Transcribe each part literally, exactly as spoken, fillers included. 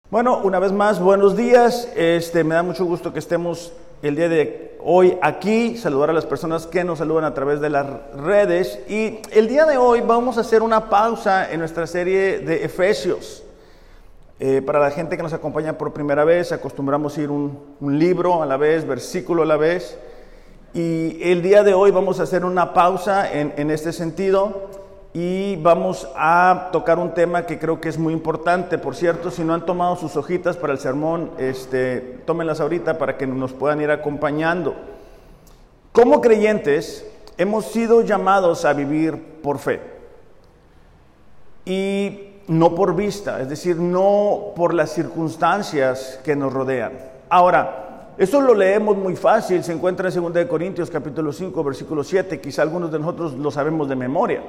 Bueno, una vez más, buenos días. Este, me da mucho gusto que estemos el día de hoy aquí. Saludar a las personas que nos saludan a través de las redes. Y el día de hoy vamos a hacer una pausa en nuestra serie de Efesios. Eh, para la gente que nos acompaña por primera vez, acostumbramos a ir un, un libro a la vez, versículo a la vez. Y el día de hoy vamos a hacer una pausa en, en este sentido. Y vamos a tocar un tema que creo que es muy importante. Por cierto, si no han tomado sus hojitas para el sermón, este, tómenlas ahorita para que nos puedan ir acompañando. Como creyentes, hemos sido llamados a vivir por fe. Y no por vista, es decir, no por las circunstancias que nos rodean. Ahora, esto lo leemos muy fácil, se encuentra en segunda de Corintios capítulo cinco, versículo siete. Quizá algunos de nosotros lo sabemos de memoria.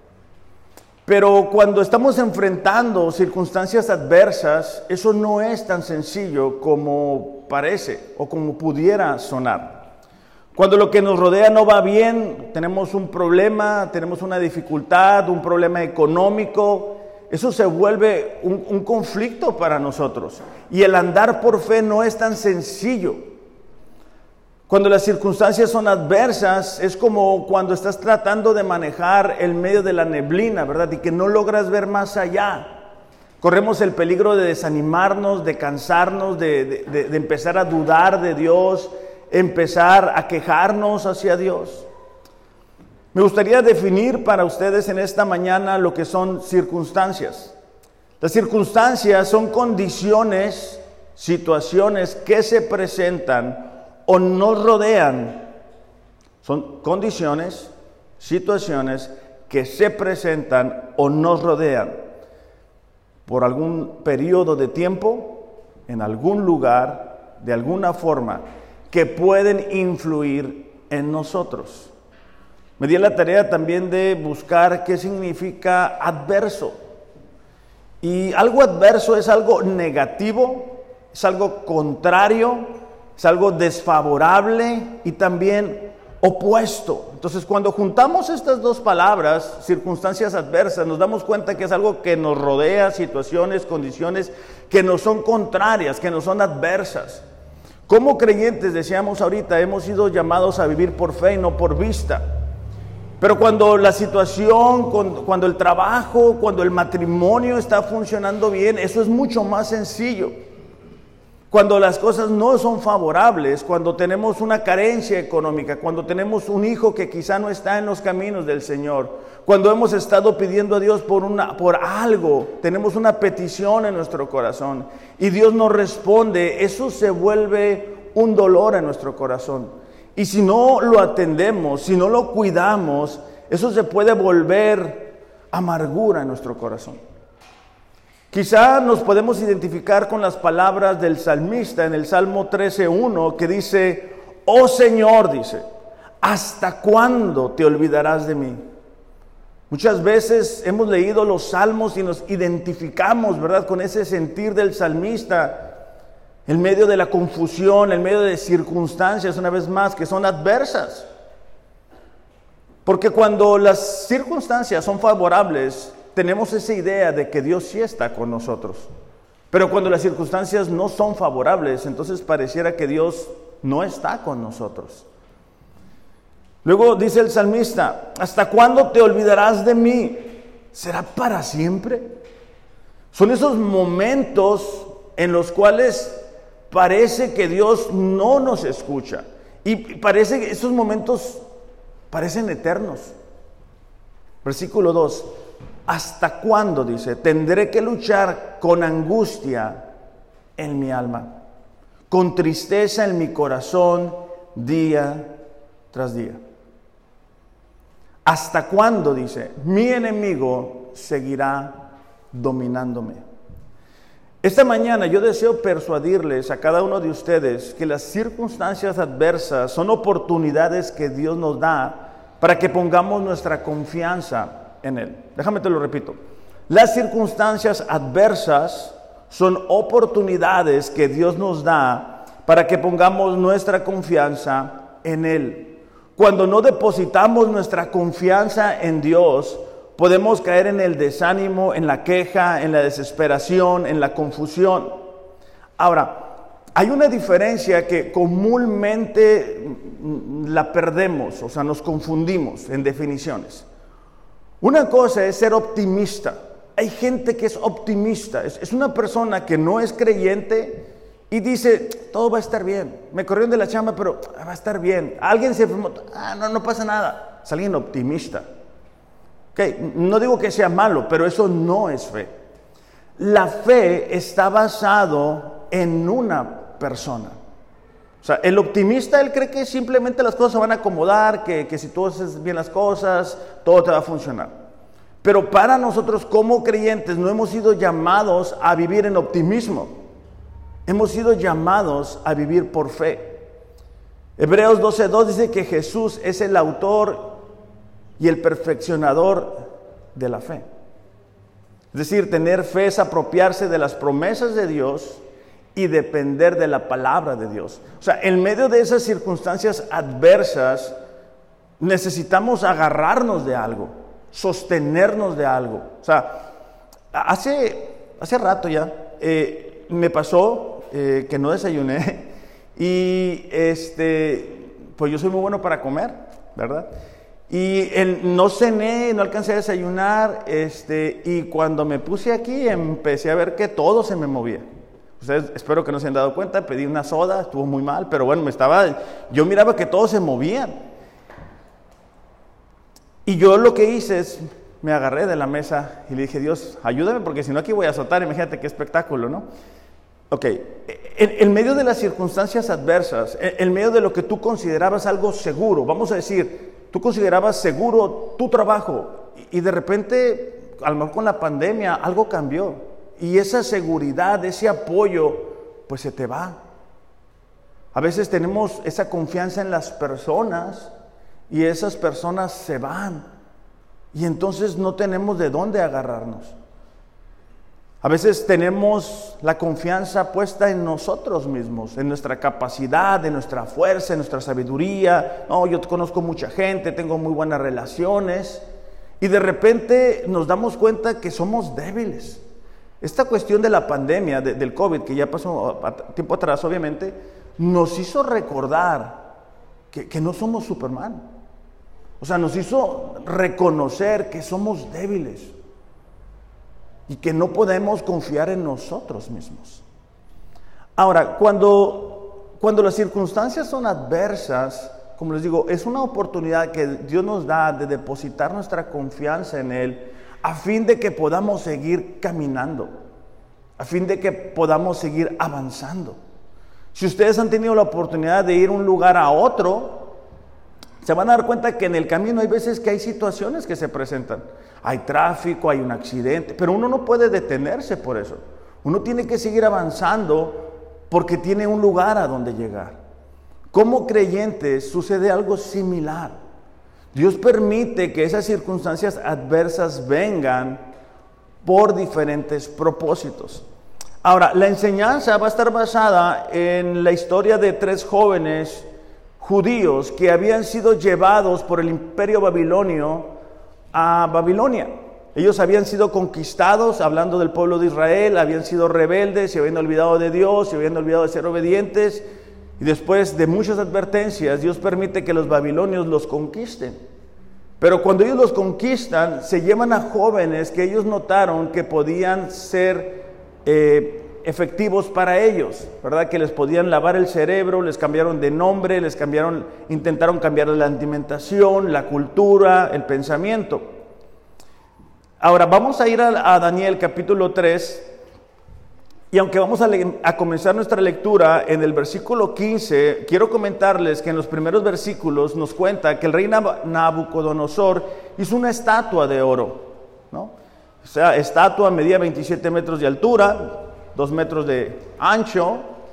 Pero cuando estamos enfrentando circunstancias adversas, eso no es tan sencillo como parece o como pudiera sonar. Cuando lo que nos rodea no va bien, tenemos un problema, tenemos una dificultad, un problema económico, eso se vuelve un, un conflicto para nosotros. Y el andar por fe no es tan sencillo. Cuando las circunstancias son adversas, es como cuando estás tratando de manejar el medio de la neblina, ¿verdad? Y que no logras ver más allá. Corremos el peligro de desanimarnos, de cansarnos, de, de, de, de empezar a dudar de Dios, empezar a quejarnos hacia Dios. Me gustaría definir para ustedes en esta mañana lo que son circunstancias. Las circunstancias son condiciones, situaciones que se presentan o nos rodean. Son condiciones, situaciones que se presentan o nos rodean por algún periodo de tiempo, en algún lugar, de alguna forma, que pueden influir en nosotros. Me di la tarea también de buscar qué significa adverso. Y algo adverso es algo negativo, es algo contrario, es algo desfavorable y también opuesto. Entonces, cuando juntamos estas dos palabras, circunstancias adversas, nos damos cuenta que es algo que nos rodea, situaciones, condiciones que nos son contrarias, que nos son adversas. Como creyentes, decíamos ahorita, hemos sido llamados a vivir por fe y no por vista. Pero cuando la situación, cuando el trabajo, cuando el matrimonio está funcionando bien, eso es mucho más sencillo. Cuando las cosas no son favorables, cuando tenemos una carencia económica, cuando tenemos un hijo que quizá no está en los caminos del Señor, cuando hemos estado pidiendo a Dios por, una, por algo, tenemos una petición en nuestro corazón y Dios nos responde, eso se vuelve un dolor en nuestro corazón. Y si no lo atendemos, si no lo cuidamos, eso se puede volver amargura en nuestro corazón. Quizá nos podemos identificar con las palabras del salmista en el Salmo trece uno que dice, oh Señor, dice, ¿hasta cuándo te olvidarás de mí? Muchas veces hemos leído los salmos y nos identificamos, ¿verdad?, con ese sentir del salmista en medio de la confusión, en medio de circunstancias, una vez más, que son adversas. Porque cuando las circunstancias son favorables, tenemos esa idea de que Dios sí está con nosotros. Pero cuando las circunstancias no son favorables, entonces pareciera que Dios no está con nosotros. Luego dice el salmista, ¿hasta cuándo te olvidarás de mí? ¿Será para siempre? Son esos momentos en los cuales parece que Dios no nos escucha. Y parece que esos momentos parecen eternos. Versículo dos. ¿Hasta cuándo, dice, tendré que luchar con angustia en mi alma, con tristeza en mi corazón día tras día? ¿Hasta cuándo, dice, mi enemigo seguirá dominándome? Esta mañana yo deseo persuadirles a cada uno de ustedes que las circunstancias adversas son oportunidades que Dios nos da para que pongamos nuestra confianza en Él. Déjame te lo repito. Las circunstancias adversas son oportunidades que Dios nos da para que pongamos nuestra confianza en Él. Cuando no depositamos nuestra confianza en Dios, podemos caer en el desánimo, en la queja, en la desesperación, en la confusión. Ahora, hay una diferencia que comúnmente la perdemos, o sea, nos confundimos en definiciones. Una cosa es ser optimista. Hay gente que es optimista, es, es una persona que no es creyente y dice, todo va a estar bien. Me corrieron de la chamba, pero va a estar bien. Alguien se enfermó, ah, no, no pasa nada. Es alguien optimista. Okay. No digo que sea malo, pero eso no es fe. La fe está basado en una persona. O sea, el optimista, él cree que simplemente las cosas se van a acomodar, que, que si tú haces bien las cosas, todo te va a funcionar. Pero para nosotros como creyentes no hemos sido llamados a vivir en optimismo. Hemos sido llamados a vivir por fe. Hebreos doce dos dice que Jesús es el autor y el perfeccionador de la fe. Es decir, tener fe es apropiarse de las promesas de Dios y depender de la palabra de Dios. O sea, en medio de esas circunstancias adversas, necesitamos agarrarnos de algo, sostenernos de algo. O sea, hace, hace rato ya eh, me pasó eh, que no desayuné y este, pues yo soy muy bueno para comer, ¿verdad? Y el, no cené, no alcancé a desayunar, este, y cuando me puse aquí empecé a ver que todo se me movía. Ustedes espero que no se hayan dado cuenta, pedí una soda, estuvo muy mal, pero bueno, me estaba, yo miraba que todos se movían. Y yo lo que hice es, me agarré de la mesa y le dije, Dios, ayúdame porque si no aquí voy a azotar, imagínate qué espectáculo, ¿no? Ok, en, en medio de las circunstancias adversas, en, en medio de lo que tú considerabas algo seguro, vamos a decir, tú considerabas seguro tu trabajo y, y de repente, a lo mejor con la pandemia, algo cambió. Y esa seguridad, ese apoyo, pues se te va. A veces tenemos esa confianza en las personas y esas personas se van. Y entonces no tenemos de dónde agarrarnos. A veces tenemos la confianza puesta en nosotros mismos, en nuestra capacidad, en nuestra fuerza, en nuestra sabiduría. No, yo conozco mucha gente, tengo muy buenas relaciones. Y de repente nos damos cuenta que somos débiles. Esta cuestión de la pandemia, de, del COVID, que ya pasó a, a, tiempo atrás, obviamente, nos hizo recordar que, que no somos Superman. O sea, nos hizo reconocer que somos débiles y que no podemos confiar en nosotros mismos. Ahora, cuando, cuando las circunstancias son adversas, como les digo, es una oportunidad que Dios nos da de depositar nuestra confianza en Él, a fin de que podamos seguir caminando, a fin de que podamos seguir avanzando. Si ustedes han tenido la oportunidad de ir de un lugar a otro, se van a dar cuenta que en el camino hay veces que hay situaciones que se presentan. Hay tráfico, hay un accidente, pero uno no puede detenerse por eso. Uno tiene que seguir avanzando porque tiene un lugar a donde llegar. Como creyentes sucede algo similar. Dios permite que esas circunstancias adversas vengan por diferentes propósitos. Ahora, la enseñanza va a estar basada en la historia de tres jóvenes judíos que habían sido llevados por el imperio babilonio a Babilonia. Ellos habían sido conquistados, hablando del pueblo de Israel, habían sido rebeldes, se habían olvidado de Dios, se habían olvidado de ser obedientes. Y después de muchas advertencias, Dios permite que los babilonios los conquisten. Pero cuando ellos los conquistan, se llevan a jóvenes que ellos notaron que podían ser eh, efectivos para ellos, ¿verdad? Que les podían lavar el cerebro, les cambiaron de nombre, les cambiaron, intentaron cambiar la alimentación, la cultura, el pensamiento. Ahora vamos a ir a, a Daniel capítulo tres. Y aunque vamos a, a comenzar nuestra lectura en el versículo quince, quiero comentarles que en los primeros versículos nos cuenta que el rey Nabucodonosor hizo una estatua de oro, ¿no? O sea, estatua medía veintisiete metros de altura, dos metros de ancho,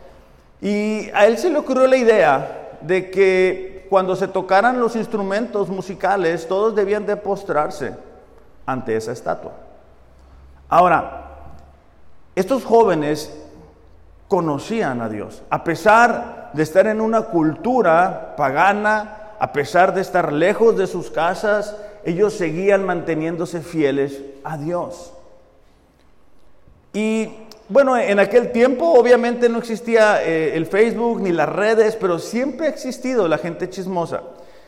y a él se le ocurrió la idea de que cuando se tocaran los instrumentos musicales, todos debían de postrarse ante esa estatua. Ahora, estos jóvenes conocían a Dios, a pesar de estar en una cultura pagana, a pesar de estar lejos de sus casas, ellos seguían manteniéndose fieles a Dios. Y bueno, en aquel tiempo obviamente no existía eh, el Facebook ni las redes, pero siempre ha existido la gente chismosa.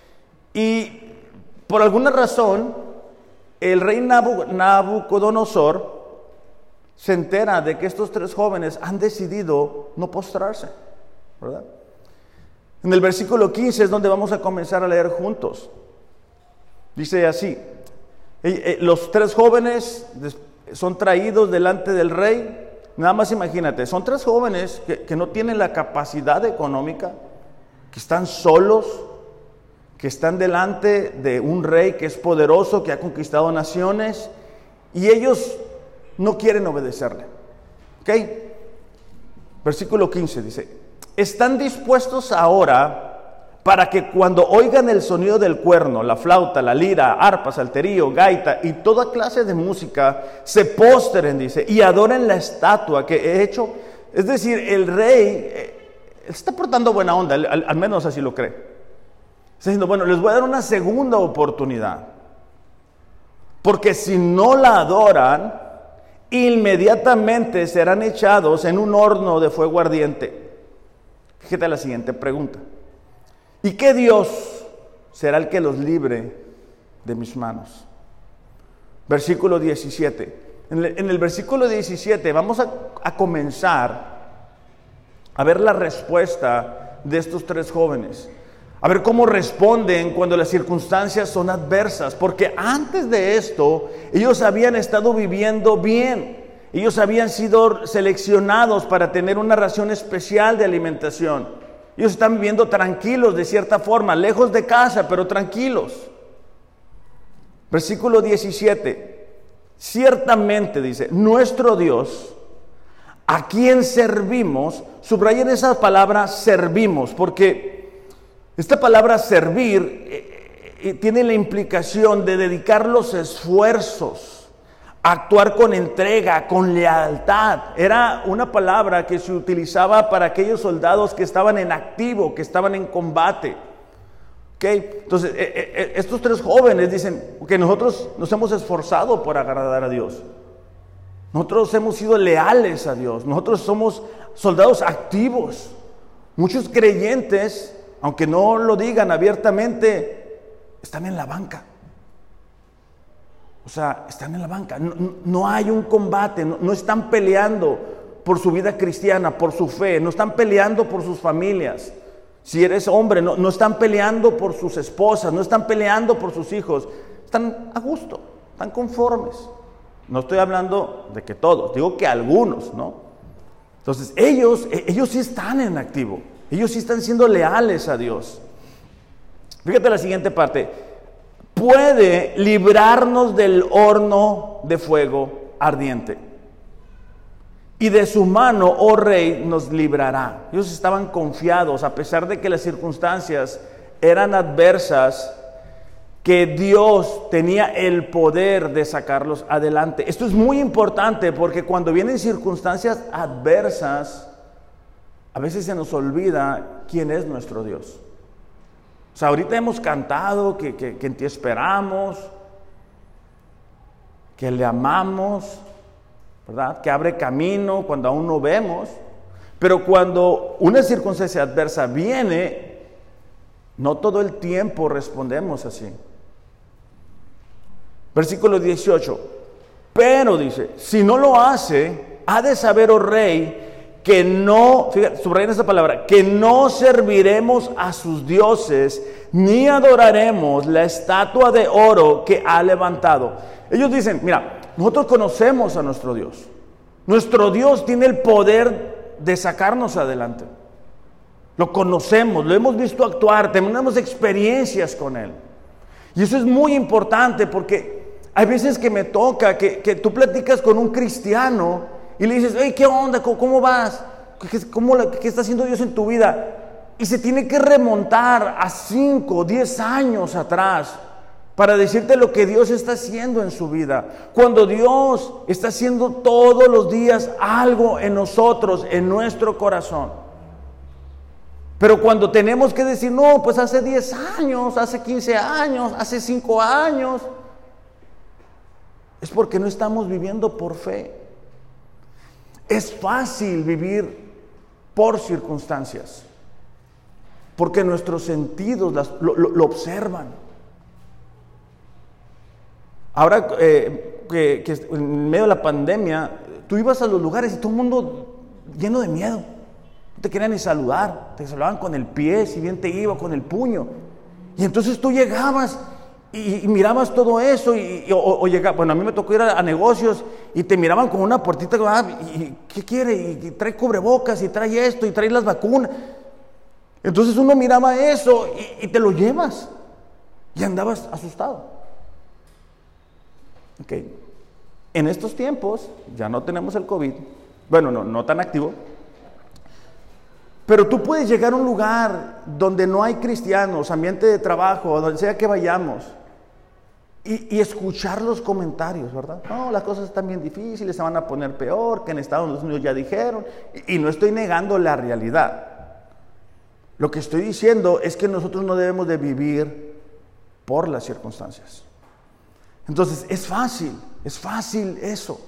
Y por alguna razón, el rey Nabu- Nabucodonosor se entera de que estos tres jóvenes han decidido no postrarse, ¿verdad? En el versículo quince es donde vamos a comenzar a leer juntos. Dice así: eh, eh, los tres jóvenes son traídos delante del rey. Nada más imagínate, son tres jóvenes que, que no tienen la capacidad económica, que están solos, que están delante de un rey que es poderoso, que ha conquistado naciones, y ellos no quieren obedecerle. ¿Ok? Versículo quince dice: están dispuestos ahora para que cuando oigan el sonido del cuerno, la flauta, la lira, arpa, salterio, gaita y toda clase de música, se postren, dice, y adoren la estatua que he hecho. Es decir, el rey eh, está portando buena onda, al, al menos así lo cree. Está diciendo, bueno, les voy a dar una segunda oportunidad, porque si no la adoran, inmediatamente serán echados en un horno de fuego ardiente. Fíjate la siguiente pregunta: ¿y qué Dios será el que los libre de mis manos? Versículo diecisiete. En el, en el versículo diecisiete vamos a, a comenzar a ver la respuesta de estos tres jóvenes. A ver cómo responden cuando las circunstancias son adversas. Porque antes de esto, ellos habían estado viviendo bien. Ellos habían sido seleccionados para tener una ración especial de alimentación. Ellos están viviendo tranquilos de cierta forma, lejos de casa, pero tranquilos. Versículo diecisiete. Ciertamente, dice, nuestro Dios, a quien servimos, subrayen esa palabra servimos, porque esta palabra servir eh, eh, tiene la implicación de dedicar los esfuerzos, actuar con entrega, con lealtad. Era una palabra que se utilizaba para aquellos soldados que estaban en activo, que estaban en combate. ¿Okay? Entonces, eh, eh, estos tres jóvenes dicen que nosotros nos hemos esforzado por agradar a Dios. Nosotros hemos sido leales a Dios. Nosotros somos soldados activos. Muchos creyentes, aunque no lo digan abiertamente, están en la banca. O sea, están en la banca. No, no hay un combate, no, no están peleando por su vida cristiana, por su fe, no están peleando por sus familias. Si eres hombre, no, no están peleando por sus esposas, no están peleando por sus hijos. Están a gusto, están conformes. No estoy hablando de que todos, digo que algunos, ¿no? Entonces, ellos, ellos sí están en activo. Ellos sí están siendo leales a Dios. Fíjate la siguiente parte. Puede librarnos del horno de fuego ardiente. Y de su mano, oh rey, nos librará. Ellos estaban confiados, a pesar de que las circunstancias eran adversas, que Dios tenía el poder de sacarlos adelante. Esto es muy importante porque cuando vienen circunstancias adversas, a veces se nos olvida quién es nuestro Dios. O sea, ahorita hemos cantado que, que, que en ti esperamos, que le amamos, ¿verdad? Que abre camino cuando aún no vemos. Pero cuando una circunstancia adversa viene, no todo el tiempo respondemos así. Versículo dieciocho. Pero dice, si no lo hace, ha de saber, oh rey, que no, fíjate, subrayen esa palabra, que no serviremos a sus dioses, ni adoraremos la estatua de oro que ha levantado. Ellos dicen, mira, nosotros conocemos a nuestro Dios. Nuestro Dios tiene el poder de sacarnos adelante. Lo conocemos, lo hemos visto actuar, tenemos experiencias con Él. Y eso es muy importante porque hay veces que me toca que, que tú platicas con un cristiano y le dices, hey, ¿qué onda? ¿Cómo, cómo vas? ¿Qué, cómo, ¿Qué está haciendo Dios en tu vida? Y se tiene que remontar a cinco, diez años atrás para decirte lo que Dios está haciendo en su vida. Cuando Dios está haciendo todos los días algo en nosotros, en nuestro corazón. Pero cuando tenemos que decir, no, pues hace diez años, hace quince años, hace cinco años, es porque no estamos viviendo por fe. Es fácil vivir por circunstancias, porque nuestros sentidos las, lo, lo, lo observan. Ahora eh, que, que en medio de la pandemia, tú ibas a los lugares y todo el mundo lleno de miedo. No te querían ni saludar, te saludaban con el pie, si bien te iba, con el puño. Y entonces tú llegabas y, y mirabas todo eso, y, y, o, o llegaba, bueno, a mí me tocó ir a, a negocios y te miraban con una puertita, ah, y, ¿qué quiere? Y, y trae cubrebocas, y trae esto, y trae las vacunas. Entonces uno miraba eso y, y te lo llevas, y andabas asustado. Ok, en estos tiempos ya no tenemos el COVID, bueno, no, no tan activo, pero tú puedes llegar a un lugar donde no hay cristianos, ambiente de trabajo, donde sea que vayamos, y, y escuchar los comentarios, ¿verdad? No, las cosas están bien difíciles, se van a poner peor, que en Estados Unidos ya dijeron, y, y no estoy negando la realidad. Lo que estoy diciendo es que nosotros no debemos de vivir por las circunstancias. Entonces, es fácil, es fácil eso.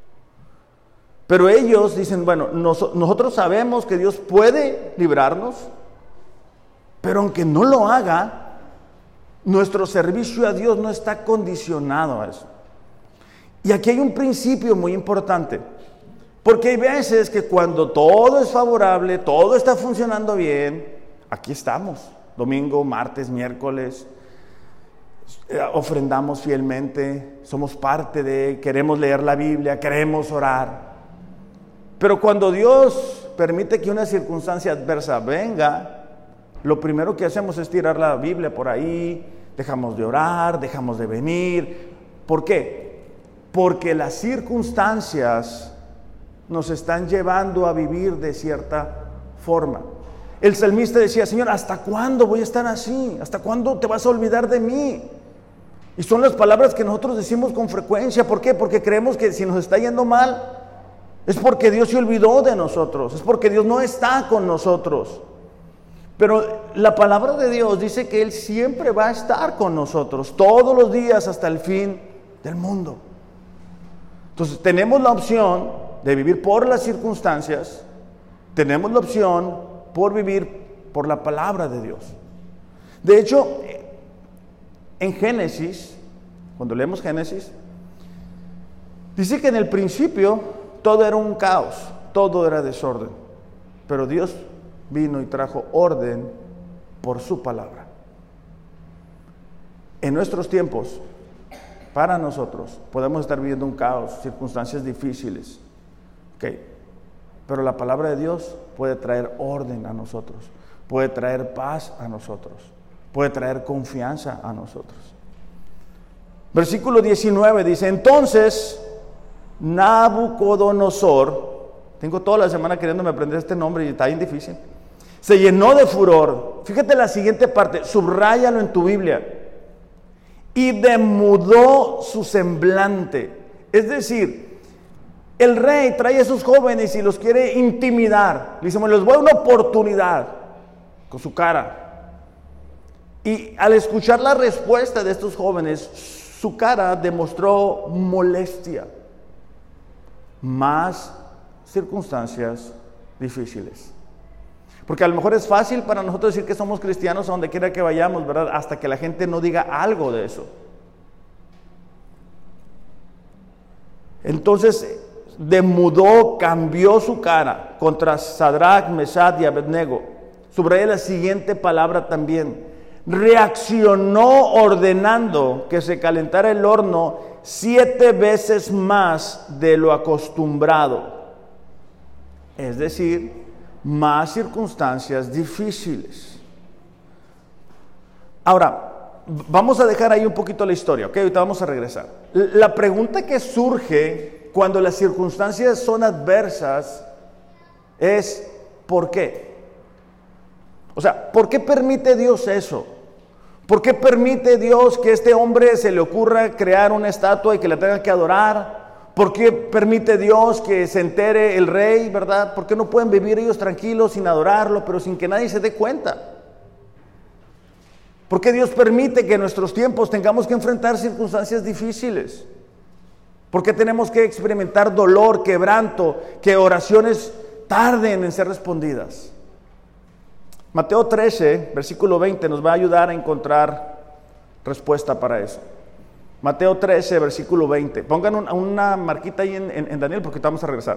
Pero ellos dicen, bueno, nos, nosotros sabemos que Dios puede librarnos, pero aunque no lo haga, nuestro servicio a Dios no está condicionado a eso. Y aquí hay un principio muy importante, porque hay veces que cuando todo es favorable, todo está funcionando bien, aquí estamos, domingo, martes, miércoles, ofrendamos fielmente, somos parte de, queremos leer la Biblia, queremos orar. Pero cuando Dios permite que una circunstancia adversa venga, lo primero que hacemos es tirar la Biblia por ahí, dejamos de orar, dejamos de venir. ¿Por qué? Porque las circunstancias nos están llevando a vivir de cierta forma. El salmista decía, Señor, ¿hasta cuándo voy a estar así? ¿Hasta cuándo te vas a olvidar de mí? Y son las palabras que nosotros decimos con frecuencia. ¿Por qué? Porque creemos que si nos está yendo mal, es porque Dios se olvidó de nosotros, es porque Dios no está con nosotros. Pero la palabra de Dios dice que Él siempre va a estar con nosotros, todos los días hasta el fin del mundo. Entonces tenemos la opción de vivir por las circunstancias, tenemos la opción por vivir por la palabra de Dios. De hecho, en Génesis, cuando leemos Génesis, dice que en el principio todo era un caos, todo era desorden, pero Dios vino y trajo orden por su palabra. En nuestros tiempos, para nosotros, podemos estar viviendo un caos, circunstancias difíciles, okay, pero la palabra de Dios puede traer orden a nosotros, puede traer paz a nosotros, puede traer confianza a nosotros. Versículo diecinueve dice, entonces Nabucodonosor, tengo toda la semana queriéndome aprender este nombre y está bien difícil, se llenó de furor. Fíjate la siguiente parte, subráyalo en tu Biblia. Y demudó su semblante. Es decir, el rey trae a esos jóvenes y los quiere intimidar. Le dice, bueno, les voy a dar una oportunidad con su cara. Y al escuchar la respuesta de estos jóvenes, su cara demostró molestia. Más circunstancias difíciles. Porque a lo mejor es fácil para nosotros decir que somos cristianos a donde quiera que vayamos, ¿verdad? Hasta que la gente no diga algo de eso. Entonces, demudó, cambió su cara contra Sadrach, Mesach y Abednego. Subraya la siguiente palabra también. Reaccionó ordenando que se calentara el horno siete veces más de lo acostumbrado. Es decir, más circunstancias difíciles. Ahora, vamos a dejar ahí un poquito la historia, ¿ok? Ahorita vamos a regresar. La pregunta que surge cuando las circunstancias son adversas es, ¿por qué? O sea, ¿por qué permite Dios eso? ¿Por qué permite Dios que este hombre se le ocurra crear una estatua y que la tenga que adorar? ¿Por qué permite Dios que se entere el rey, verdad? ¿Por qué no pueden vivir ellos tranquilos sin adorarlo, pero sin que nadie se dé cuenta? ¿Por qué Dios permite que en nuestros tiempos tengamos que enfrentar circunstancias difíciles? ¿Por qué tenemos que experimentar dolor, quebranto, que oraciones tarden en ser respondidas? Mateo trece, versículo veinte, nos va a ayudar a encontrar respuesta para eso. Mateo trece, versículo veinte. Pongan un, una marquita ahí en, en, en Daniel porque vamos a regresar.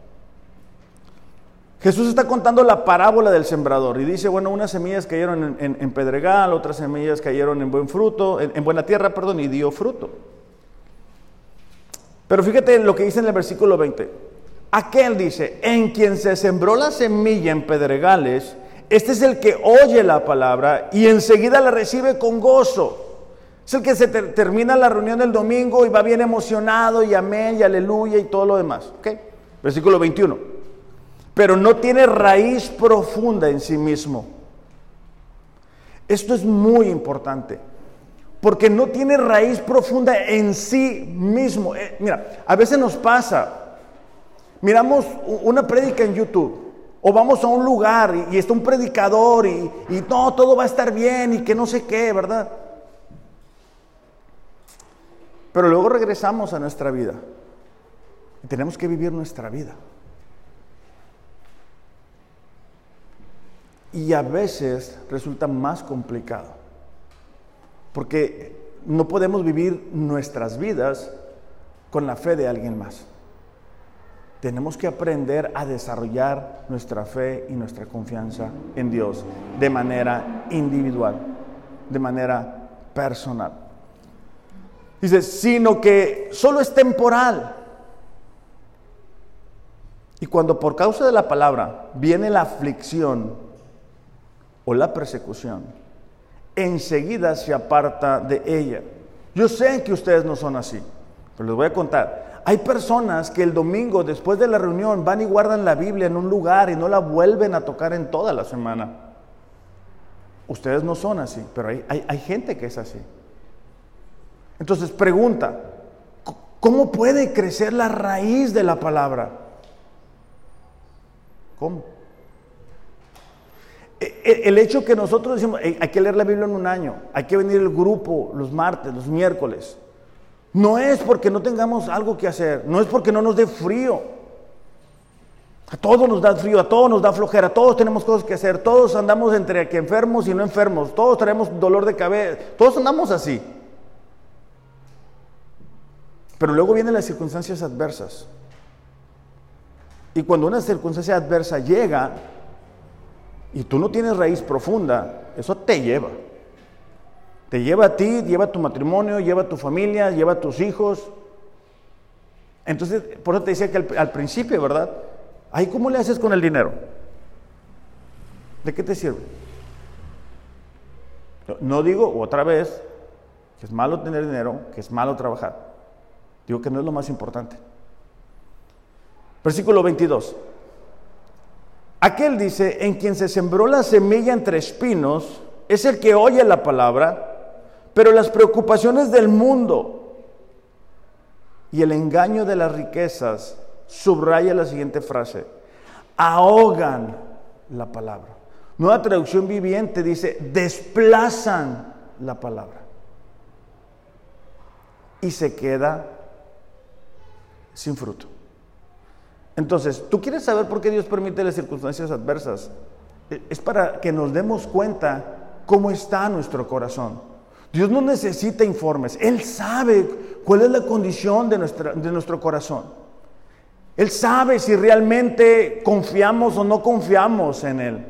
Jesús está contando la parábola del sembrador y dice, bueno, unas semillas cayeron en, en, en pedregal, otras semillas cayeron en buen fruto, en, en buena tierra, perdón, y dio fruto. Pero fíjate lo que dice en el versículo veinte. Aquel dice, en quien se sembró la semilla en pedregales, este es el que oye la palabra y enseguida la recibe con gozo. Es el que se ter- termina la reunión del domingo y va bien emocionado y amén y aleluya y todo lo demás. ¿Okay? Versículo veintiuno. Pero no tiene raíz profunda en sí mismo. Esto es muy importante, porque no tiene raíz profunda en sí mismo. Eh, mira, a veces nos pasa, miramos una prédica en YouTube, o vamos a un lugar y, y está un predicador y, y no, todo va a estar bien y que no sé qué, ¿verdad? Pero luego regresamos a nuestra vida y tenemos que vivir nuestra vida. Y a veces resulta más complicado, porque no podemos vivir nuestras vidas con la fe de alguien más. Tenemos que aprender a desarrollar nuestra fe y nuestra confianza en Dios de manera individual, de manera personal. Dice, sino que solo es temporal. Y cuando por causa de la palabra viene la aflicción o la persecución, enseguida se aparta de ella. Yo sé que ustedes no son así, pero les voy a contar. Hay personas que el domingo después de la reunión van y guardan la Biblia en un lugar y no la vuelven a tocar en toda la semana. Ustedes no son así, pero hay, hay, hay gente que es así. Entonces pregunta, ¿cómo puede crecer la raíz de la palabra? ¿Cómo? El hecho que nosotros decimos, hey, hay que leer la Biblia en un año, hay que venir el grupo los martes, los miércoles, no es porque no tengamos algo que hacer, no es porque no nos dé frío. A todos nos da frío, a todos nos da flojera, todos tenemos cosas que hacer, todos andamos entre que enfermos y no enfermos, todos tenemos dolor de cabeza, todos andamos así. Pero luego vienen las circunstancias adversas. Y cuando una circunstancia adversa llega y tú no tienes raíz profunda, eso te lleva. Te lleva a ti, lleva a tu matrimonio, lleva a tu familia, lleva a tus hijos. Entonces, por eso te decía que al, al principio, ¿verdad? Ahí, ¿cómo le haces con el dinero? ¿De qué te sirve? No digo otra vez que es malo tener dinero, que es malo trabajar. Digo que no es lo más importante. Versículo veintidós. Aquel dice, en quien se sembró la semilla entre espinos, es el que oye la palabra, pero las preocupaciones del mundo y el engaño de las riquezas, subraya la siguiente frase, ahogan la palabra. Nueva Traducción Viviente dice, desplazan la palabra. Y se queda sin fruto. Entonces, ¿tú quieres saber por qué Dios permite las circunstancias adversas? Es para que nos demos cuenta cómo está nuestro corazón. Dios no necesita informes. Él sabe cuál es la condición de, nuestra, de nuestro corazón. Él sabe si realmente confiamos o no confiamos en Él.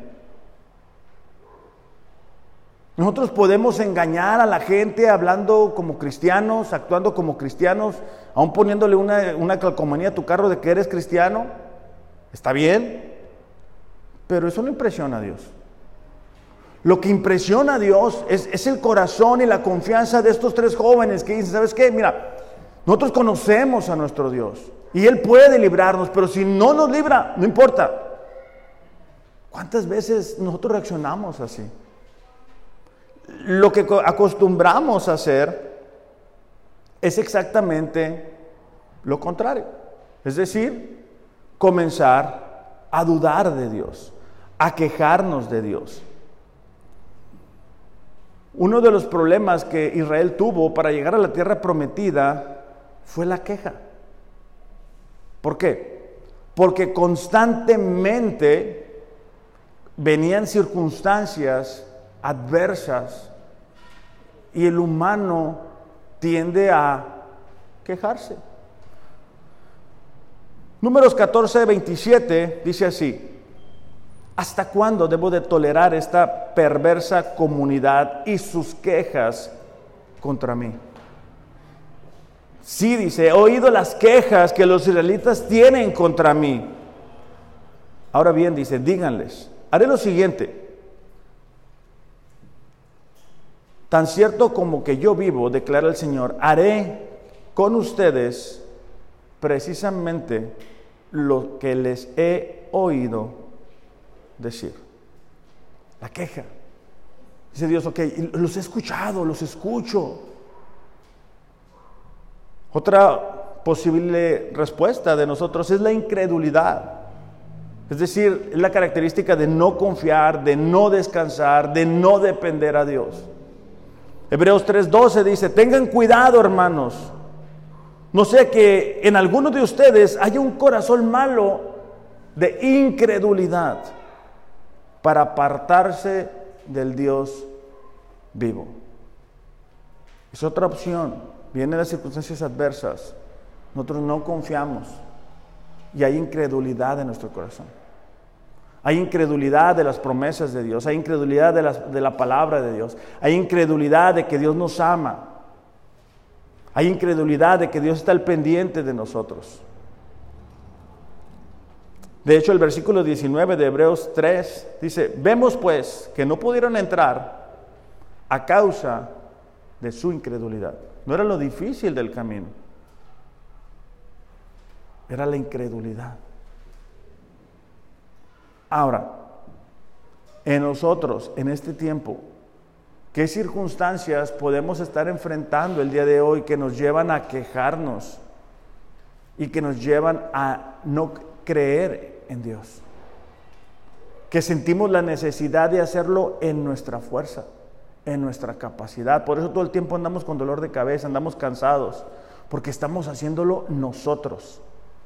Nosotros podemos engañar a la gente hablando como cristianos, actuando como cristianos, aún poniéndole una, una calcomanía a tu carro de que eres cristiano. Está bien, pero eso no impresiona a Dios. Lo que impresiona a Dios es, es el corazón y la confianza de estos tres jóvenes que dicen, ¿sabes qué? Mira, nosotros conocemos a nuestro Dios y Él puede librarnos, pero si no nos libra, no importa. ¿Cuántas veces nosotros reaccionamos así? Lo que acostumbramos a hacer es exactamente lo contrario. Es decir, comenzar a dudar de Dios, a quejarnos de Dios. Uno de los problemas que Israel tuvo para llegar a la tierra prometida fue la queja. ¿Por qué? Porque constantemente venían circunstancias adversas y el humano tiende a quejarse. Números catorce, veintisiete dice así: ¿hasta cuándo debo de tolerar esta perversa comunidad y sus quejas contra mí? Sí, dice, he oído las quejas que los israelitas tienen contra mí. Ahora bien, dice, díganles, haré lo siguiente: tan cierto como que yo vivo, declara el Señor, haré con ustedes precisamente lo que les he oído decir. La queja. Dice Dios, ok, los he escuchado, los escucho. Otra posible respuesta de nosotros es la incredulidad. Es decir, es la característica de no confiar, de no descansar, de no depender a Dios. Hebreos tres doce dice, tengan cuidado, hermanos, no sea que en alguno de ustedes haya un corazón malo de incredulidad para apartarse del Dios vivo. Es otra opción. Vienen las circunstancias adversas, nosotros no confiamos y hay incredulidad en nuestro corazón. Hay incredulidad de las promesas de Dios, hay incredulidad de la, de la palabra de Dios, hay incredulidad de que Dios nos ama, hay incredulidad de que Dios está al pendiente de nosotros. De hecho, el versículo diecinueve de Hebreos tres dice, vemos pues que no pudieron entrar a causa de su incredulidad. No era lo difícil del camino, era la incredulidad. Ahora, en nosotros, en este tiempo, ¿qué circunstancias podemos estar enfrentando el día de hoy que nos llevan a quejarnos y que nos llevan a no creer en Dios? Que sentimos la necesidad de hacerlo en nuestra fuerza, en nuestra capacidad. Por eso todo el tiempo andamos con dolor de cabeza, andamos cansados, porque estamos haciéndolo nosotros.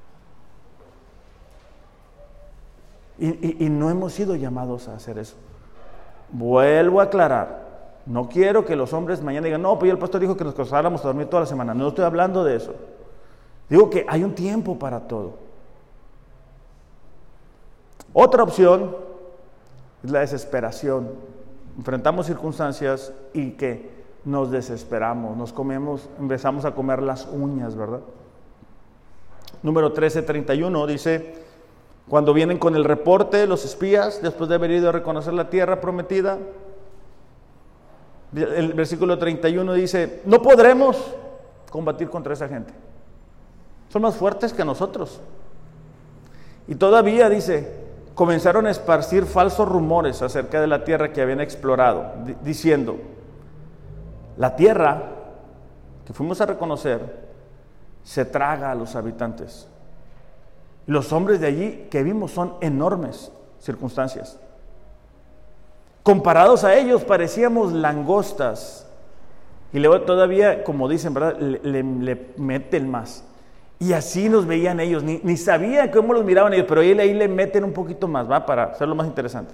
Y, y, y no hemos sido llamados a hacer eso. Vuelvo a aclarar, no quiero que los hombres mañana digan, no, pues el pastor dijo que nos acostáramos a dormir toda la semana. No estoy hablando de eso. Digo que hay un tiempo para todo. Otra opción es la desesperación. Enfrentamos circunstancias y que nos desesperamos, nos comemos, empezamos a comer las uñas, ¿verdad? Número trece treinta y uno dice, cuando vienen con el reporte los espías, después de haber ido a reconocer la tierra prometida, el versículo treinta y uno dice, no podremos combatir contra esa gente. Son más fuertes que nosotros. Y todavía dice, comenzaron a esparcir falsos rumores acerca de la tierra que habían explorado, diciendo, la tierra que fuimos a reconocer se traga a los habitantes. Y los hombres de allí que vimos son enormes circunstancias. Comparados a ellos parecíamos langostas. Y luego todavía, como dicen, ¿verdad? Le, le, le meten más. Y así nos veían ellos, ni, ni sabía cómo los miraban ellos, pero ahí, ahí le meten un poquito más, va, para hacerlo más interesante.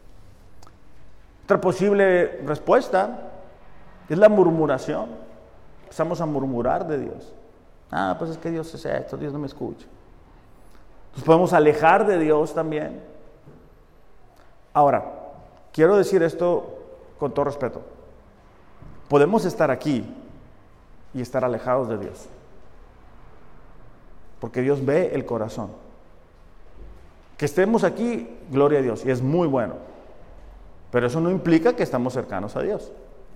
Otra posible respuesta es la murmuración. Empezamos a murmurar de Dios. Ah, pues es que Dios es esto, Dios no me escucha. Nos podemos alejar de Dios también. Ahora, quiero decir esto con todo respeto. Podemos estar aquí y estar alejados de Dios. Porque Dios ve el corazón. Que estemos aquí, gloria a Dios, y es muy bueno. Pero eso no implica que estamos cercanos a Dios.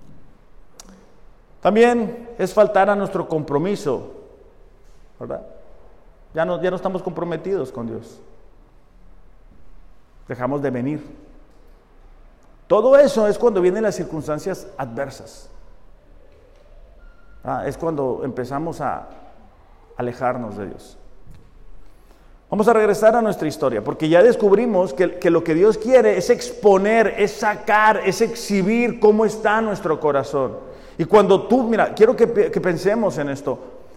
También es faltar a nuestro compromiso, ¿verdad? Ya no, ya no estamos comprometidos con Dios. Dejamos de venir. Todo eso es cuando vienen las circunstancias adversas. Ah, es cuando empezamos a alejarnos de Dios. Vamos a regresar a nuestra historia, porque ya descubrimos que, que lo que Dios quiere es exponer, es sacar, es exhibir cómo está nuestro corazón. Y cuando tú, mira, quiero que, que pensemos en esto.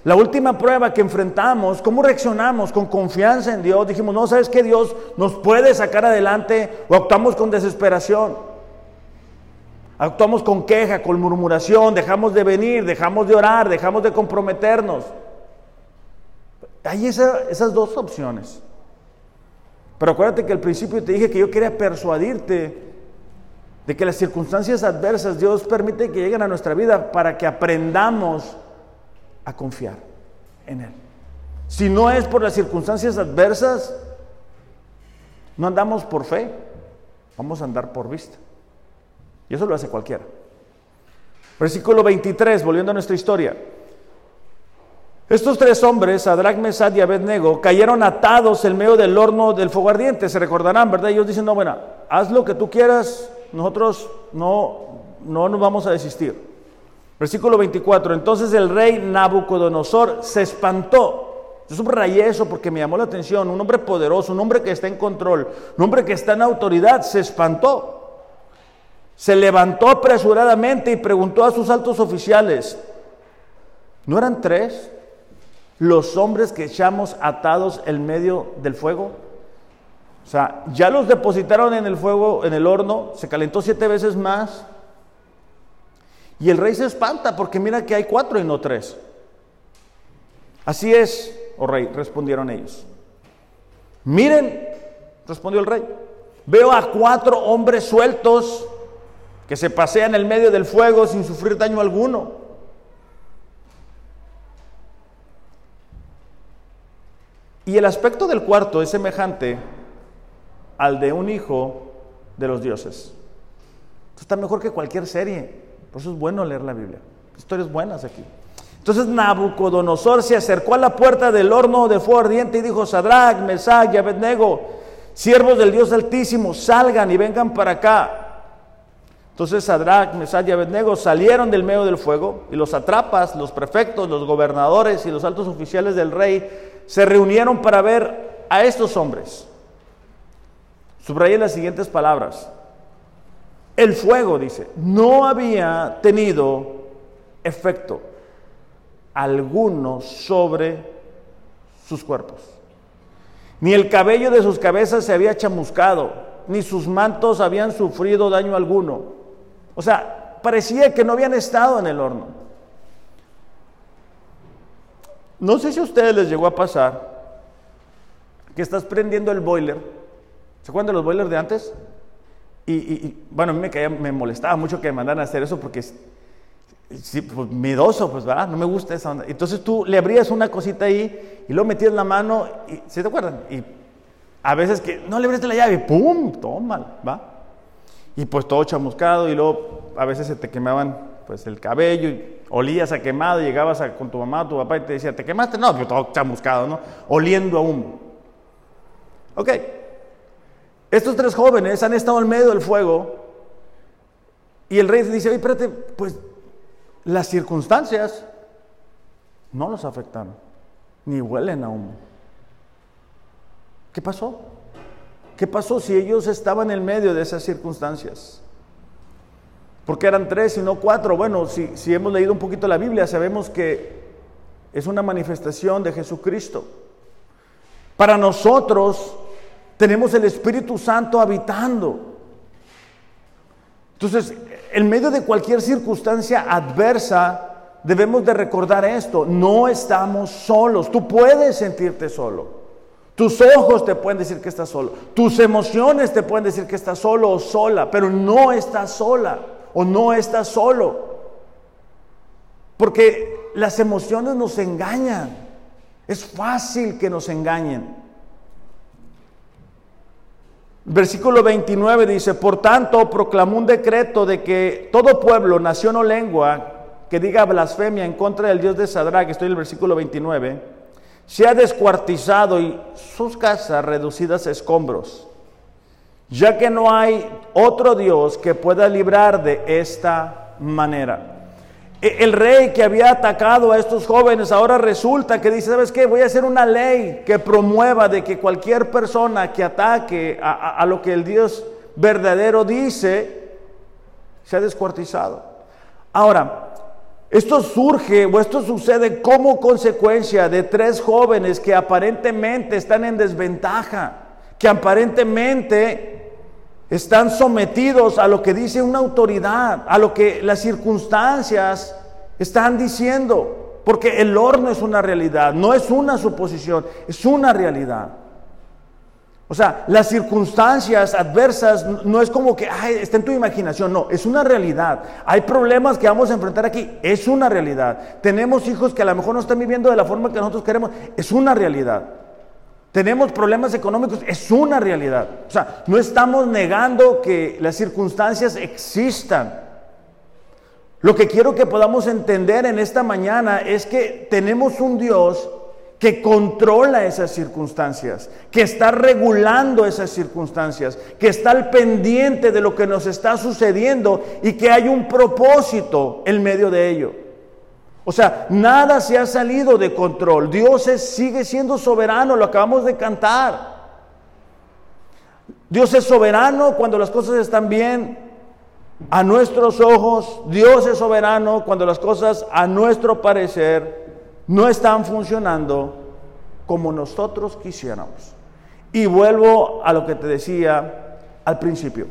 La última prueba que enfrentamos, ¿cómo reaccionamos? Con confianza en Dios. Dijimos, no, ¿sabes qué? Dios nos puede sacar adelante, o actuamos con desesperación. Actuamos con queja, con murmuración, dejamos de venir, dejamos de orar, dejamos de comprometernos. Hay esa, esas dos opciones. Pero acuérdate que al principio te dije que yo quería persuadirte de que las circunstancias adversas Dios permite que lleguen a nuestra vida para que aprendamos a confiar en Él. Si no es por las circunstancias adversas, no andamos por fe, vamos a andar por vista. Y eso lo hace cualquiera. Versículo veintitrés, volviendo a nuestra historia. Estos tres hombres, Sadrac, Mesach y Abednego, cayeron atados en medio del horno del fuego ardiente. Se recordarán, ¿verdad? Ellos dicen, no, bueno, haz lo que tú quieras, nosotros no, no nos vamos a desistir. Versículo veinticuatro, entonces el rey Nabucodonosor se espantó. Yo subrayé eso porque me llamó la atención. Un hombre poderoso, un hombre que está en control, un hombre que está en autoridad, se espantó. Se levantó apresuradamente y preguntó a sus altos oficiales, ¿no eran tres los hombres que echamos atados en medio del fuego? O sea, ya los depositaron en el fuego, en el horno, se calentó siete veces más. Y el rey se espanta porque mira que hay cuatro y no tres. Así es, oh rey, respondieron ellos. Miren, respondió el rey, veo a cuatro hombres sueltos que se pasean en el medio del fuego sin sufrir daño alguno. Y el aspecto del cuarto es semejante al de un hijo de los dioses. Esto está mejor que cualquier serie. Por eso es bueno leer la Biblia. Historias buenas aquí. Entonces Nabucodonosor se acercó a la puerta del horno de fuego ardiente y dijo, Sadrac, Mesach y Abednego, siervos del Dios Altísimo, salgan y vengan para acá. Entonces Sadrac, Mesach y Abednego salieron del medio del fuego, y los satrapas, los prefectos, los gobernadores y los altos oficiales del rey se reunieron para ver a estos hombres. Subrayé las siguientes palabras. El fuego, dice, no había tenido efecto alguno sobre sus cuerpos. Ni el cabello de sus cabezas se había chamuscado, ni sus mantos habían sufrido daño alguno. O sea, parecía que no habían estado en el horno. No sé si a ustedes les llegó a pasar que estás prendiendo el boiler. ¿Se acuerdan de los boilers de antes? Y, y, y bueno, a mí me, caía, me molestaba mucho que me mandaran a hacer eso porque es sí, pues, miedoso, pues, ¿verdad? No me gusta esa onda. Entonces tú le abrías una cosita ahí y luego metías la mano, y, ¿sí te acuerdan? Y a veces que no le abriste la llave, ¡pum! Tómala, ¿va? Y pues todo chamuscado, y luego a veces se te quemaban pues el cabello y olías a quemado, y llegabas a, con tu mamá o tu papá y te decía, ¿te quemaste? No, pero todo chamuscado, ¿no? Oliendo a humo. Ok. Estos tres jóvenes han estado en medio del fuego y el rey dice, oye, espérate, pues las circunstancias no los afectaron, ni huelen a humo. ¿Qué pasó? ¿Qué pasó si ellos estaban en medio de esas circunstancias? Porque eran tres y no cuatro. Bueno, si, si hemos leído un poquito la Biblia, sabemos que es una manifestación de Jesucristo. Para nosotros tenemos el Espíritu Santo habitando. Entonces, en medio de cualquier circunstancia adversa, debemos de recordar esto: no estamos solos. Tú puedes sentirte solo. Tus ojos te pueden decir que estás solo. Tus emociones te pueden decir que estás solo o sola, pero no estás sola o no estás solo. Porque las emociones nos engañan. Es fácil que nos engañen. Versículo veintinueve dice, por tanto, proclamó un decreto de que todo pueblo, nación o lengua que diga blasfemia en contra del Dios de Sadrac, estoy en el versículo veintinueve, sea descuartizado y sus casas reducidas a escombros, ya que no hay otro Dios que pueda librar de esta manera. El rey que había atacado a estos jóvenes ahora resulta que dice, ¿sabes qué? Voy a hacer una ley que promueva de que cualquier persona que ataque a, a, a lo que el Dios verdadero dice, sea descuartizado. Ahora, Esto surge o esto sucede como consecuencia de tres jóvenes que aparentemente están en desventaja, que aparentemente están sometidos a lo que dice una autoridad, a lo que las circunstancias están diciendo, porque el horno es una realidad, no es una suposición, es una realidad. O sea, las circunstancias adversas no es como que ay, está en tu imaginación, no, es una realidad. Hay problemas que vamos a enfrentar aquí, es una realidad. Tenemos hijos que a lo mejor no están viviendo de la forma que nosotros queremos, es una realidad. Tenemos problemas económicos, es una realidad. O sea, no estamos negando que las circunstancias existan. Lo que quiero que podamos entender en esta mañana es que tenemos un Dios que controla esas circunstancias, que está regulando esas circunstancias, que está al pendiente de lo que nos está sucediendo y que hay un propósito en medio de ello. O sea, nada se ha salido de control. Dios es, sigue siendo soberano, lo acabamos de cantar. Dios es soberano cuando las cosas están bien a nuestros ojos. Dios es soberano cuando las cosas a nuestro parecer no están funcionando como nosotros quisiéramos. Y vuelvo a lo que te decía al principio.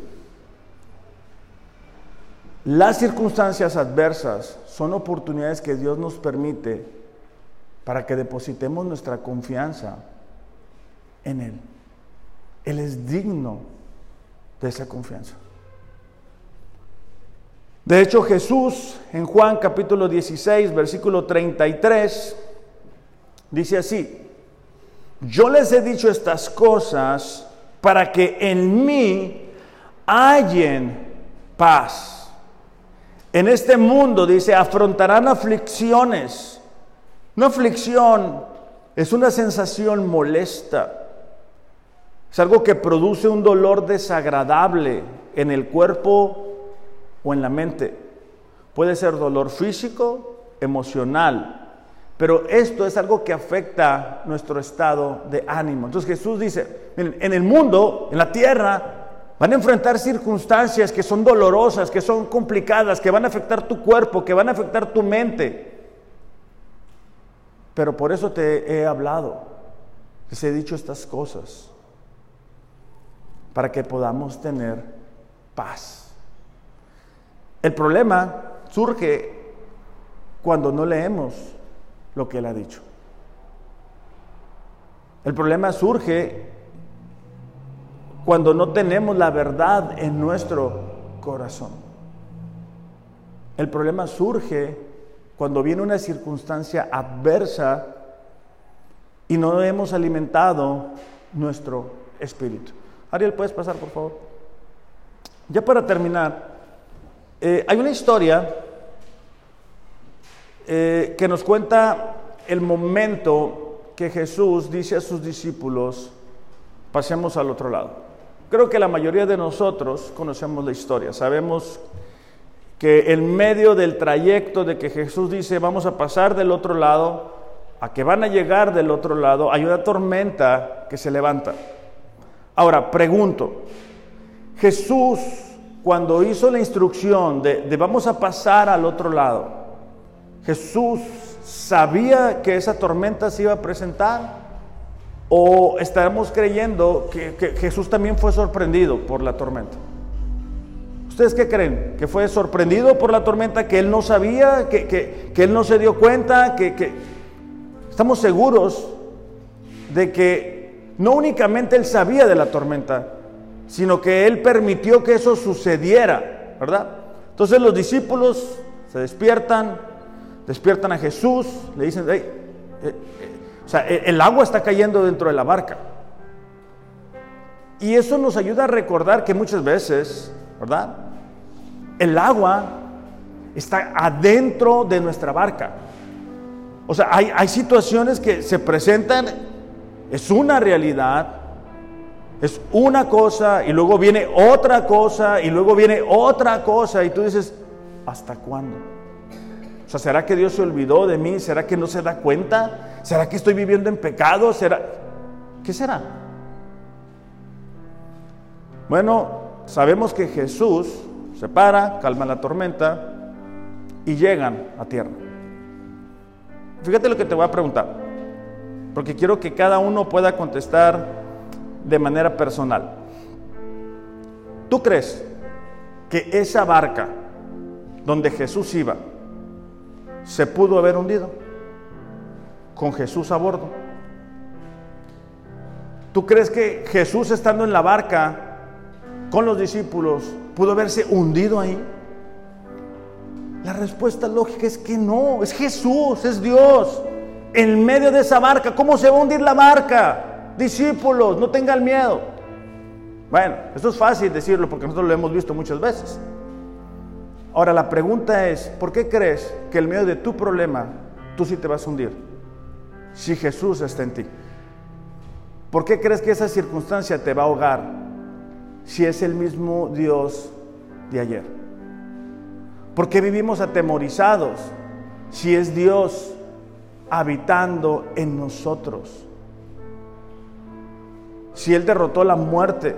Las circunstancias adversas son oportunidades que Dios nos permite para que depositemos nuestra confianza en Él. Él es digno de esa confianza. De hecho, Jesús en Juan capítulo dieciséis, versículo treinta y tres, dice así: yo les he dicho estas cosas para que en mí hallen paz. En este mundo, dice, afrontarán aflicciones. Una aflicción es una sensación molesta. Es algo que produce un dolor desagradable en el cuerpo o en la mente. Puede ser dolor físico, emocional, pero esto es algo que afecta nuestro estado de ánimo. Entonces Jesús dice, miren, en el mundo, en la tierra, van a enfrentar circunstancias que son dolorosas, que son complicadas, que van a afectar tu cuerpo, que van a afectar tu mente. Pero por eso te he hablado, les he dicho estas cosas, para que podamos tener paz. El problema surge cuando no leemos lo que Él ha dicho. El problema surge cuando no tenemos la verdad en nuestro corazón. El problema surge cuando viene una circunstancia adversa y no hemos alimentado nuestro espíritu. Ariel, ¿puedes pasar, por favor? Ya para terminar, eh, hay una historia eh, que nos cuenta el momento que Jesús dice a sus discípulos: pasemos al otro lado. Creo que la mayoría de nosotros conocemos la historia. Sabemos que en medio del trayecto de que Jesús dice vamos a pasar del otro lado, a que van a llegar del otro lado, hay una tormenta que se levanta. Ahora, pregunto, Jesús, cuando hizo la instrucción de, de vamos a pasar al otro lado, ¿Jesús sabía que esa tormenta se iba a presentar? ¿O estaremos creyendo que, que Jesús también fue sorprendido por la tormenta? ¿Ustedes qué creen? ¿Que fue sorprendido por la tormenta? ¿Que Él no sabía? ¿Que, que, que Él no se dio cuenta? Que, que... Estamos seguros de que no únicamente Él sabía de la tormenta, sino que Él permitió que eso sucediera, ¿verdad? Entonces los discípulos se despiertan, despiertan a Jesús, le dicen, hey, eh, eh, o sea, el agua está cayendo dentro de la barca. Y eso nos ayuda a recordar que muchas veces, ¿verdad?, el agua está adentro de nuestra barca. O sea, hay, hay situaciones que se presentan, es una realidad, es una cosa, y luego viene otra cosa, y luego viene otra cosa, y tú dices, ¿hasta cuándo? O sea, ¿será que Dios se olvidó de mí? ¿Será que no se da cuenta? ¿Será que estoy viviendo en pecado? ¿Será? ¿Qué será? Bueno, sabemos que Jesús se para, calma la tormenta, y llegan a tierra. Fíjate lo que te voy a preguntar, porque quiero que cada uno pueda contestar de manera personal. ¿Tú crees que esa barca donde Jesús iba se pudo haber hundido con Jesús a bordo? ¿Tú crees que Jesús, estando en la barca con los discípulos, pudo haberse hundido ahí? La respuesta lógica es que no. Es Jesús, es Dios en medio de esa barca. ¿Cómo se va a hundir la barca? Discípulos, no tengan miedo. Bueno, esto es fácil decirlo porque nosotros lo hemos visto muchas veces. Ahora la pregunta es, ¿por qué crees que en medio de tu problema tú sí te vas a hundir si Jesús está en ti? ¿Por qué crees que esa circunstancia te va a ahogar si es el mismo Dios de ayer? ¿Por qué vivimos atemorizados si es Dios habitando en nosotros? Si Él derrotó la muerte,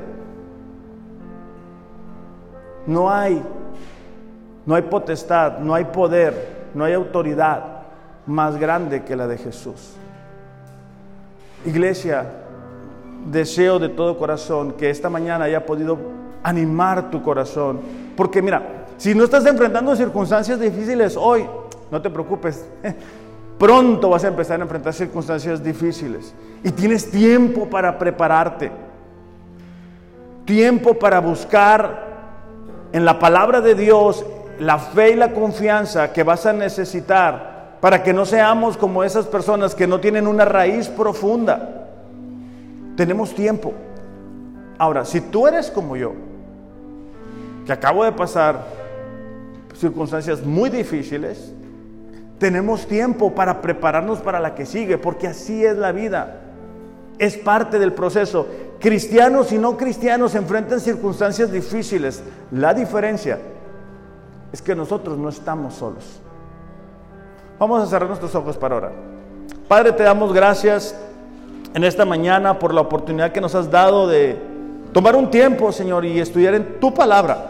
no hay, no hay potestad, no hay poder, no hay autoridad más grande que la de Jesús. Iglesia, deseo de todo corazón que esta mañana haya podido animar tu corazón, porque mira, si no estás enfrentando circunstancias difíciles hoy, no te preocupes, pronto vas a empezar a enfrentar circunstancias difíciles y tienes tiempo para prepararte, tiempo para buscar en la palabra de Dios la fe y la confianza que vas a necesitar para que no seamos como esas personas que no tienen una raíz profunda. Tenemos tiempo. Ahora, si tú eres como yo, que acabo de pasar circunstancias muy difíciles, tenemos tiempo para prepararnos para la que sigue, porque así es la vida, es parte del proceso. Cristianos y no cristianos se enfrentan circunstancias difíciles. La diferencia es que nosotros no estamos solos. Vamos a cerrar nuestros ojos para orar. Padre, te damos gracias en esta mañana por la oportunidad que nos has dado de tomar un tiempo, Señor, y estudiar en tu palabra.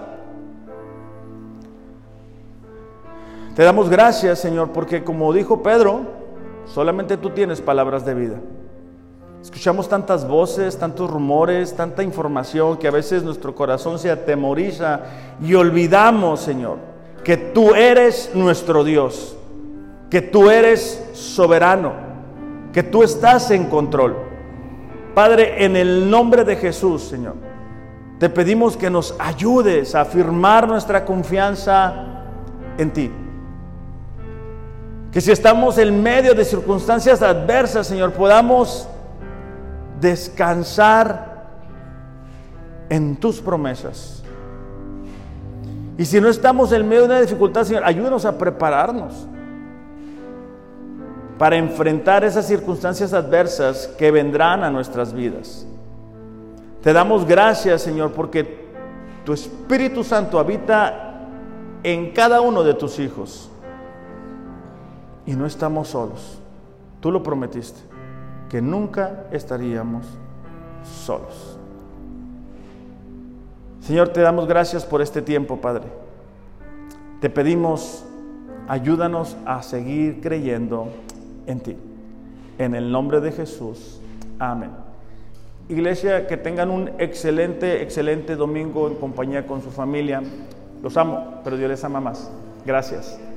Te damos gracias, Señor, porque como dijo Pedro, solamente tú tienes palabras de vida. Escuchamos tantas voces, tantos rumores, tanta información que a veces nuestro corazón se atemoriza y olvidamos, Señor, que tú eres nuestro Dios, que tú eres soberano, que tú estás en control. Padre, en el nombre de Jesús, Señor, te pedimos que nos ayudes a afirmar nuestra confianza en ti. Que si estamos en medio de circunstancias adversas, Señor, podamos descansar en tus promesas. Y si no estamos en medio de una dificultad, Señor, ayúdanos a prepararnos para enfrentar esas circunstancias adversas que vendrán a nuestras vidas. Te damos gracias, Señor, porque tu Espíritu Santo habita en cada uno de tus hijos. Y no estamos solos. Tú lo prometiste, que nunca estaríamos solos. Señor, te damos gracias por este tiempo, Padre. Te pedimos, ayúdanos a seguir creyendo en ti. En el nombre de Jesús. Amén. Iglesia, que tengan un excelente, excelente domingo en compañía con su familia. Los amo, pero Dios les ama más. Gracias.